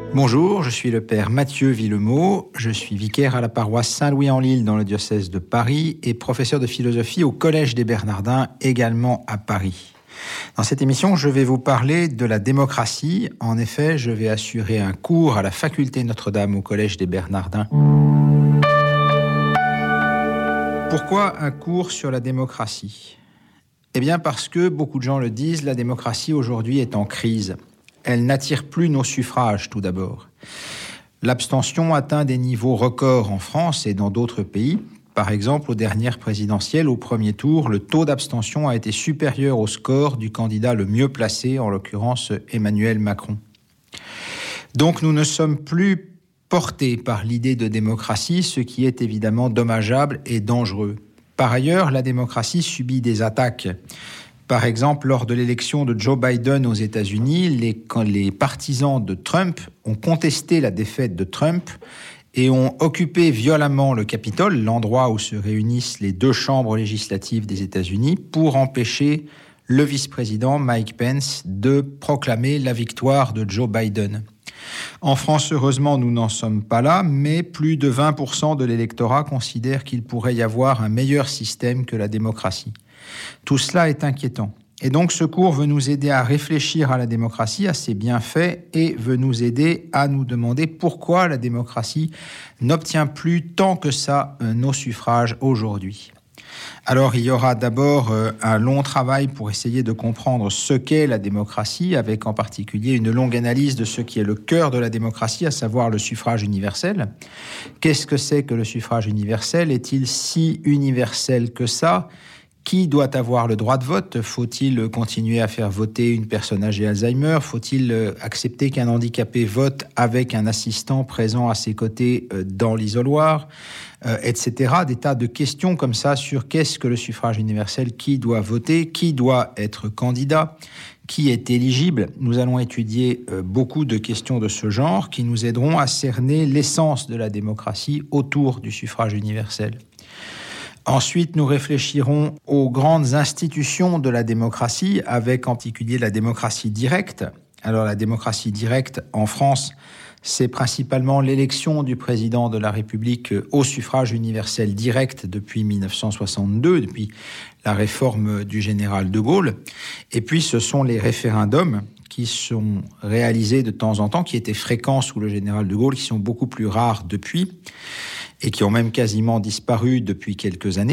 Bonjour, je suis le père Mathieu Villemot, je suis vicaire à la paroisse Saint-Louis-en-l'Île dans le diocèse de Paris et professeur de philosophie au Collège des Bernardins, également à Paris. Dans cette émission, je vais vous parler de la démocratie. En effet, je vais assurer un cours à la faculté Notre-Dame au Collège des Bernardins. Pourquoi un cours sur la démocratie ? Eh bien parce que, beaucoup de gens le disent, la démocratie aujourd'hui est en crise. Elle n'attire plus nos suffrages, tout d'abord. L'abstention atteint des niveaux records en France et dans d'autres pays. Par exemple, aux dernières présidentielles, au premier tour, le taux d'abstention a été supérieur au score du candidat le mieux placé, en l'occurrence Emmanuel Macron. Donc nous ne sommes plus portés par l'idée de démocratie, ce qui est évidemment dommageable et dangereux. Par ailleurs, la démocratie subit des attaques. Par exemple, lors de l'élection de Joe Biden aux États-Unis, les partisans de Trump ont contesté la défaite de Trump et ont occupé violemment le Capitole, l'endroit où se réunissent les deux chambres législatives des États-Unis, pour empêcher le vice-président Mike Pence de proclamer la victoire de Joe Biden. En France, heureusement, nous n'en sommes pas là, mais plus de 20% de l'électorat considèrent qu'il pourrait y avoir un meilleur système que la démocratie. Tout cela est inquiétant. Et donc ce cours veut nous aider à réfléchir à la démocratie, à ses bienfaits, et veut nous aider à nous demander pourquoi la démocratie n'obtient plus tant que ça nos suffrages aujourd'hui. Alors il y aura d'abord un long travail pour essayer de comprendre ce qu'est la démocratie, avec en particulier une longue analyse de ce qui est le cœur de la démocratie, à savoir le suffrage universel. Qu'est-ce que c'est que le suffrage universel ? Est-il si universel que ça ? Qui doit avoir le droit de vote ? Faut-il continuer à faire voter une personne âgée Alzheimer ? Faut-il accepter qu'un handicapé vote avec un assistant présent à ses côtés dans l'isoloir ? Etc. Des tas de questions comme ça sur qu'est-ce que le suffrage universel, qui doit voter, qui doit être candidat, qui est éligible. Nous allons étudier beaucoup de questions de ce genre qui nous aideront à cerner l'essence de la démocratie autour du suffrage universel. Ensuite, nous réfléchirons aux grandes institutions de la démocratie, avec en particulier la démocratie directe. Alors la démocratie directe en France, c'est principalement l'élection du président de la République au suffrage universel direct depuis 1962, depuis la réforme du général de Gaulle. Et puis ce sont les référendums qui sont réalisés de temps en temps, qui étaient fréquents sous le général de Gaulle, qui sont beaucoup plus rares depuis, et qui ont même quasiment disparu depuis quelques années,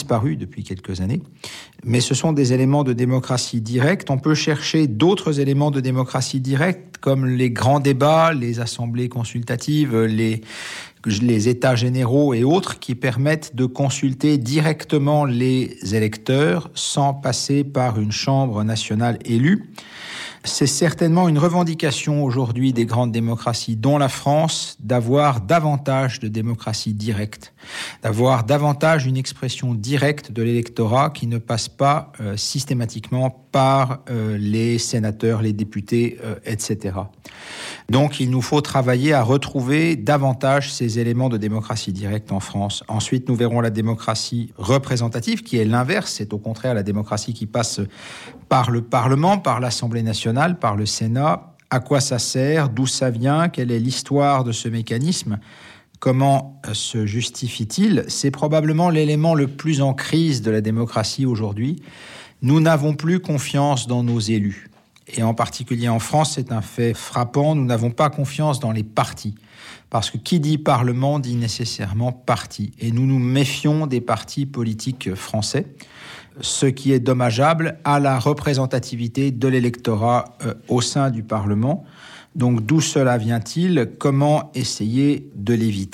Mais ce sont des éléments de démocratie directe. On peut chercher d'autres éléments de démocratie directe, comme les grands débats, les assemblées consultatives, les états généraux et autres, qui permettent de consulter directement les électeurs sans passer par une chambre nationale élue. C'est certainement une revendication aujourd'hui des grandes démocraties, dont la France, d'avoir davantage de démocratie directe, d'avoir davantage une expression directe de l'électorat qui ne passe pas systématiquement par les sénateurs, les députés, etc. Donc il nous faut travailler à retrouver davantage ces éléments de démocratie directe en France. Ensuite, nous verrons la démocratie représentative, qui est l'inverse, c'est au contraire la démocratie qui passe par le Parlement, par l'Assemblée nationale, par le Sénat. À quoi ça sert ? D'où ça vient ? Quelle est l'histoire de ce mécanisme ? Comment se justifie-t-il ? C'est probablement l'élément le plus en crise de la démocratie aujourd'hui. Nous n'avons plus confiance dans nos élus. Et en particulier en France, c'est un fait frappant, nous n'avons pas confiance dans les partis. Parce que qui dit Parlement dit nécessairement parti. Et nous nous méfions des partis politiques français, ce qui est dommageable à la représentativité de l'électorat au sein du Parlement. Donc d'où cela vient-il ? Comment essayer de l'éviter ?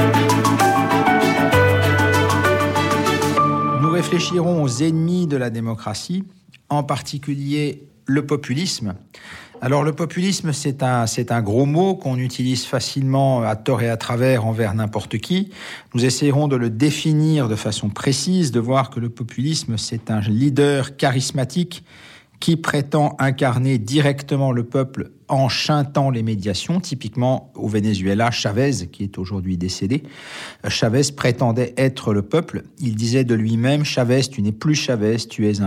Nous réfléchirons aux ennemis de la démocratie, en particulier le populisme. Alors le populisme, c'est un gros mot qu'on utilise facilement à tort et à travers envers n'importe qui. Nous essayerons de le définir de façon précise, de voir que le populisme, c'est un leader charismatique qui prétend incarner directement le peuple en chantant les médiations. Typiquement, au Venezuela, Chavez, qui est aujourd'hui décédé, Chavez prétendait être le peuple. Il disait de lui-même « Chavez, tu n'es plus Chavez, tu es un peuple ».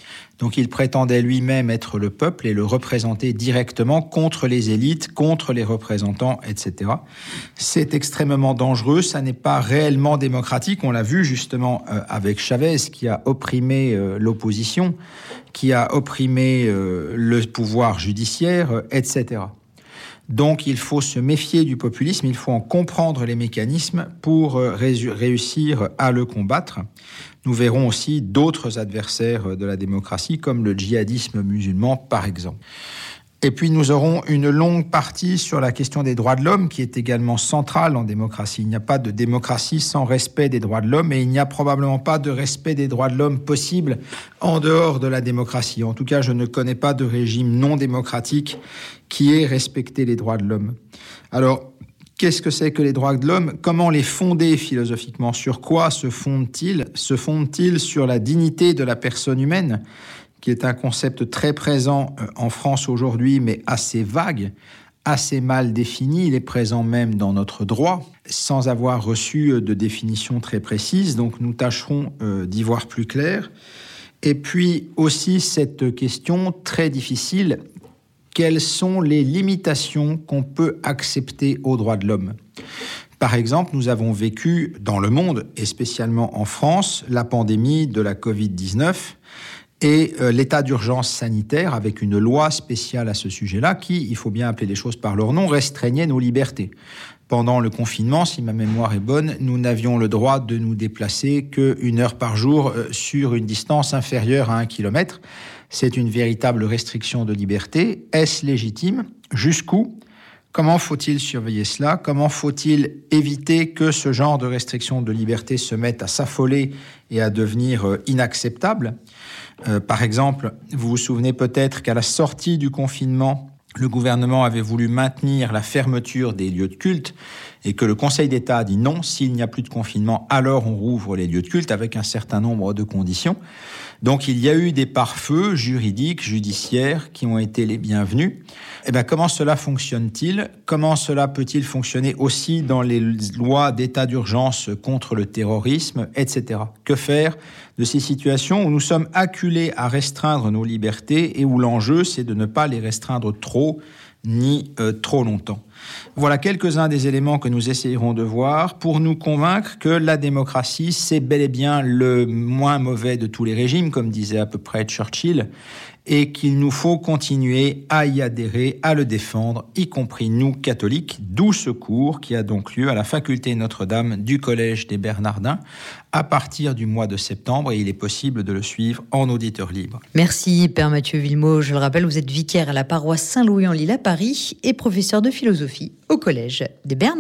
Donc il prétendait lui-même être le peuple et le représenter directement contre les élites, contre les représentants, etc. C'est extrêmement dangereux, ça n'est pas réellement démocratique. On l'a vu justement avec Chavez qui a opprimé l'opposition, qui a opprimé le pouvoir judiciaire, etc. Donc il faut se méfier du populisme, il faut en comprendre les mécanismes pour réussir à le combattre. Nous verrons aussi d'autres adversaires de la démocratie, comme le djihadisme musulman par exemple. Et puis nous aurons une longue partie sur la question des droits de l'homme, qui est également centrale en démocratie. Il n'y a pas de démocratie sans respect des droits de l'homme, et il n'y a probablement pas de respect des droits de l'homme possible en dehors de la démocratie. En tout cas, je ne connais pas de régime non démocratique qui ait respecté les droits de l'homme. Alors, qu'est-ce que c'est que les droits de l'homme ? Comment les fonder philosophiquement ? Sur quoi se fondent-ils ? Se fondent-ils sur la dignité de la personne humaine ? Qui est un concept très présent en France aujourd'hui, mais assez vague, assez mal défini. Il est présent même dans notre droit, sans avoir reçu de définition très précise. Donc nous tâcherons d'y voir plus clair. Et puis aussi cette question très difficile, quelles sont les limitations qu'on peut accepter aux droits de l'homme ? Par exemple, nous avons vécu dans le monde, et spécialement en France, la pandémie de la Covid-19, et l'état d'urgence sanitaire avec une loi spéciale à ce sujet-là qui, il faut bien appeler les choses par leur nom, restreignait nos libertés. Pendant le confinement, si ma mémoire est bonne, nous n'avions le droit de nous déplacer qu'1 heure par jour sur une distance inférieure à 1 kilomètre. C'est une véritable restriction de liberté. Est-ce légitime ? Jusqu'où ? Comment faut-il surveiller cela ? Comment faut-il éviter que ce genre de restriction de liberté se mette à s'affoler et à devenir inacceptable ? Par exemple, vous vous souvenez peut-être qu'à la sortie du confinement, le gouvernement avait voulu maintenir la fermeture des lieux de culte et que le Conseil d'État a dit non, s'il n'y a plus de confinement, alors on rouvre les lieux de culte avec un certain nombre de conditions. Donc il y a eu des pare-feux juridiques, judiciaires qui ont été les bienvenus. Eh bien, comment cela fonctionne-t-il ? Comment cela peut-il fonctionner aussi dans les lois d'état d'urgence contre le terrorisme, etc. Que faire de ces situations où nous sommes acculés à restreindre nos libertés et où l'enjeu, c'est de ne pas les restreindre trop ni trop longtemps. Voilà quelques-uns des éléments que nous essayerons de voir pour nous convaincre que la démocratie, c'est bel et bien le moins mauvais de tous les régimes, comme disait à peu près Churchill, et qu'il nous faut continuer à y adhérer, à le défendre, y compris nous, catholiques, d'où ce cours qui a donc lieu à la faculté Notre-Dame du Collège des Bernardins à partir du mois de septembre, et il est possible de le suivre en auditeur libre. Merci Père Mathieu Villemot. Je le rappelle, vous êtes vicaire à la paroisse Saint-Louis-en-l'Île à Paris et professeur de philosophie au Collège des Bernardins.